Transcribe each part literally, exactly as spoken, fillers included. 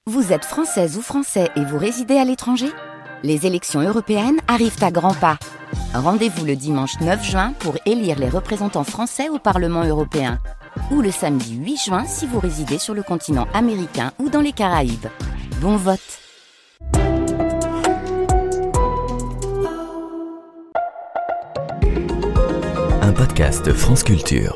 Vous êtes française ou français et vous résidez à l'étranger ? Les élections européennes arrivent à grands pas. Rendez-vous le dimanche neuf juin pour élire les représentants français au Parlement européen. Ou le samedi huit juin si vous résidez sur le continent américain ou dans les Caraïbes. Bon vote! Un podcast France Culture.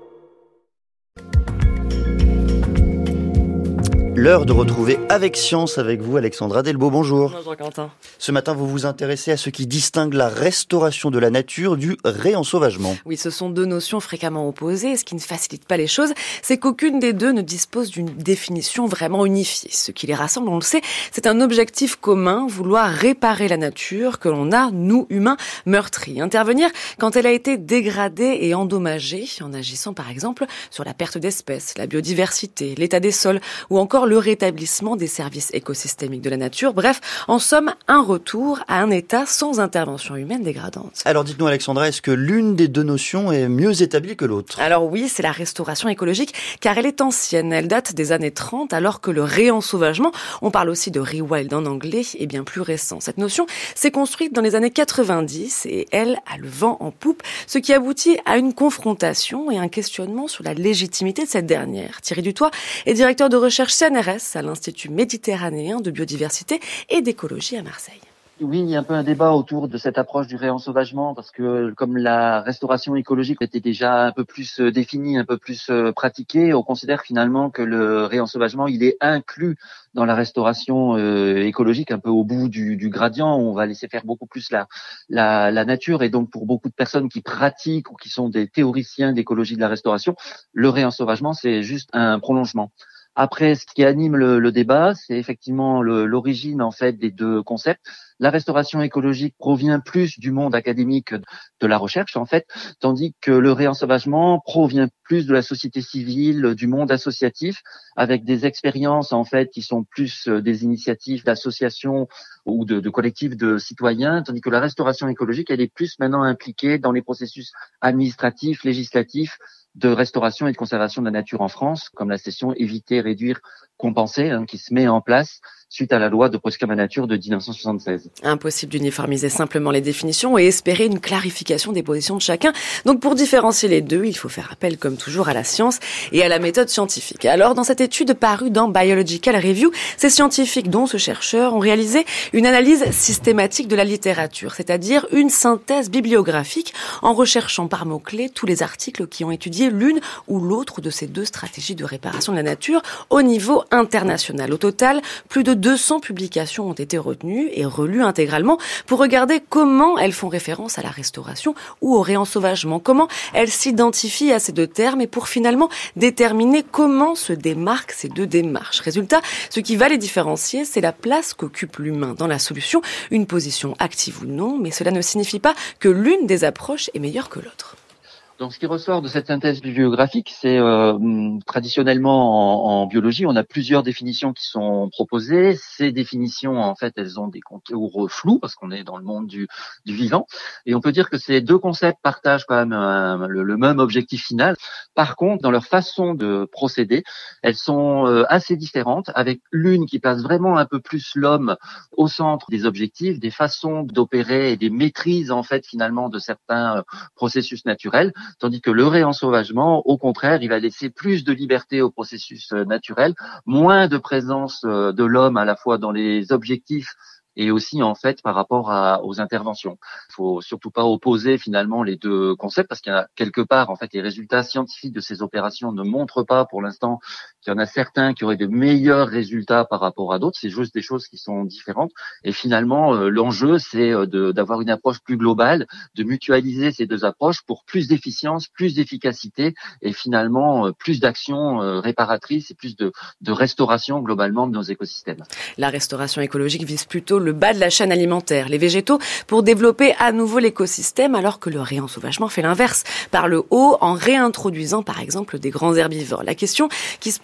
L'heure de retrouver Avec Science avec vous, Alexandra Delbo. Bonjour. Bonjour Quentin. Ce matin, vous vous intéressez à ce qui distingue la restauration de la nature du réensauvagement. Oui, ce sont deux notions fréquemment opposées. Ce qui ne facilite pas les choses, c'est qu'aucune des deux ne dispose d'une définition vraiment unifiée. Ce qui les rassemble, on le sait, c'est un objectif commun, vouloir réparer la nature que l'on a, nous, humains, meurtris. Intervenir quand elle a été dégradée et endommagée, en agissant par exemple sur la perte d'espèces, la biodiversité, l'état des sols ou encore le rétablissement des services écosystémiques de la nature. Bref, en somme, un retour à un état sans intervention humaine dégradante. Alors dites-nous Alexandra, est-ce que l'une des deux notions est mieux établie que l'autre ? Alors oui, c'est la restauration écologique, car elle est ancienne. Elle date des années trente, alors que le réensauvagement, on parle aussi de rewild en anglais, est bien plus récent. Cette notion s'est construite dans les années quatre-vingt-dix et elle a le vent en poupe, ce qui aboutit à une confrontation et un questionnement sur la légitimité de cette dernière. Thierry Dutoit est directeur de recherche C N R S à l'Institut méditerranéen de biodiversité et d'écologie à Marseille. Oui, il y a un peu un débat autour de cette approche du réensauvagement parce que comme la restauration écologique était déjà un peu plus définie, un peu plus pratiquée, on considère finalement que le réensauvagement, il est inclus dans la restauration euh, écologique, un peu au bout du, du gradient, où on va laisser faire beaucoup plus la, la, la nature. Et donc, pour beaucoup de personnes qui pratiquent ou qui sont des théoriciens d'écologie de la restauration, le réensauvagement, c'est juste un prolongement. Après, ce qui anime le, le débat, c'est effectivement le, l'origine en fait des deux concepts. La restauration écologique provient plus du monde académique de la recherche en fait, tandis que le réensauvagement provient plus de la société civile, du monde associatif, avec des expériences en fait qui sont plus des initiatives d'associations ou de, de collectifs de citoyens, tandis que la restauration écologique, elle est plus maintenant impliquée dans les processus administratifs, législatifs, de restauration et de conservation de la nature en France, comme la session Éviter, Réduire, Compenser, hein, qui se met en place suite à la loi de protection de la nature de dix-neuf cent soixante-seize. Impossible d'uniformiser simplement les définitions et espérer une clarification des positions de chacun. Donc pour différencier les deux, il faut faire appel comme toujours à la science et à la méthode scientifique. Alors dans cette étude parue dans Biological Review, ces scientifiques dont ce chercheur ont réalisé une analyse systématique de la littérature, c'est-à-dire une synthèse bibliographique en recherchant par mots-clés tous les articles qui ont étudié l'une ou l'autre de ces deux stratégies de réparation de la nature au niveau international. Au total, plus de deux cents publications ont été retenues et relues intégralement pour regarder comment elles font référence à la restauration ou au réensauvagement, comment elles s'identifient à ces deux termes et pour finalement déterminer comment se démarquent ces deux démarches. Résultat, ce qui va les différencier, c'est la place qu'occupe l'humain dans la solution, une position active ou non, mais cela ne signifie pas que l'une des approches est meilleure que l'autre. Donc, ce qui ressort de cette synthèse bibliographique, c'est euh, traditionnellement en, en biologie, on a plusieurs définitions qui sont proposées. Ces définitions, en fait, elles ont des contours flous parce qu'on est dans le monde du, du vivant. Et on peut dire que ces deux concepts partagent quand même un, le, le même objectif final. Par contre, dans leur façon de procéder, elles sont euh, assez différentes, avec l'une qui place vraiment un peu plus l'homme au centre des objectifs, des façons d'opérer et des maîtrises, en fait, finalement, de certains euh, processus naturels. Tandis que le réensauvagement, au contraire, il va laisser plus de liberté au processus naturel, moins de présence de l'homme à la fois dans les objectifs et aussi en fait par rapport à, aux interventions. Il faut surtout pas opposer finalement les deux concepts parce qu'il y a quelque part en fait les résultats scientifiques de ces opérations ne montrent pas pour l'instant qu'il y en a certains qui auraient de meilleurs résultats par rapport à d'autres. C'est juste des choses qui sont différentes et finalement euh, l'enjeu c'est de, d'avoir une approche plus globale, de mutualiser ces deux approches pour plus d'efficience, plus d'efficacité et finalement euh, plus d'actions euh, réparatrices et plus de, de restauration globalement de nos écosystèmes. La restauration écologique vise plutôt le bas de la chaîne alimentaire, les végétaux, pour développer à nouveau l'écosystème, alors que le réensauvagement fait l'inverse, par le haut, en réintroduisant par exemple des grands herbivores. La question qui se pose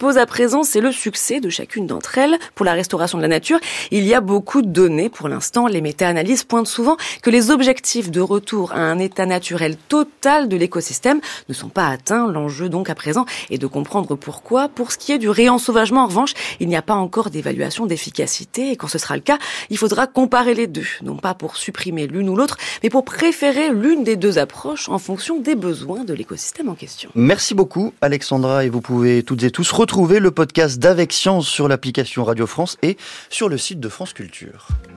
pose à présent, c'est le succès de chacune d'entre elles. Pour la restauration de la nature, il y a beaucoup de données. Pour l'instant, les méta-analyses pointent souvent que les objectifs de retour à un état naturel total de l'écosystème ne sont pas atteints. L'enjeu donc à présent est de comprendre pourquoi. Pour ce qui est du réensauvagement, en revanche, il n'y a pas encore d'évaluation d'efficacité. Et quand ce sera le cas, il faudra comparer les deux. Non pas pour supprimer l'une ou l'autre, mais pour préférer l'une des deux approches en fonction des besoins de l'écosystème en question. Merci beaucoup Alexandra, et vous pouvez toutes et tous retrouver le podcast d'Avec Science sur l'application Radio France et sur le site de France Culture.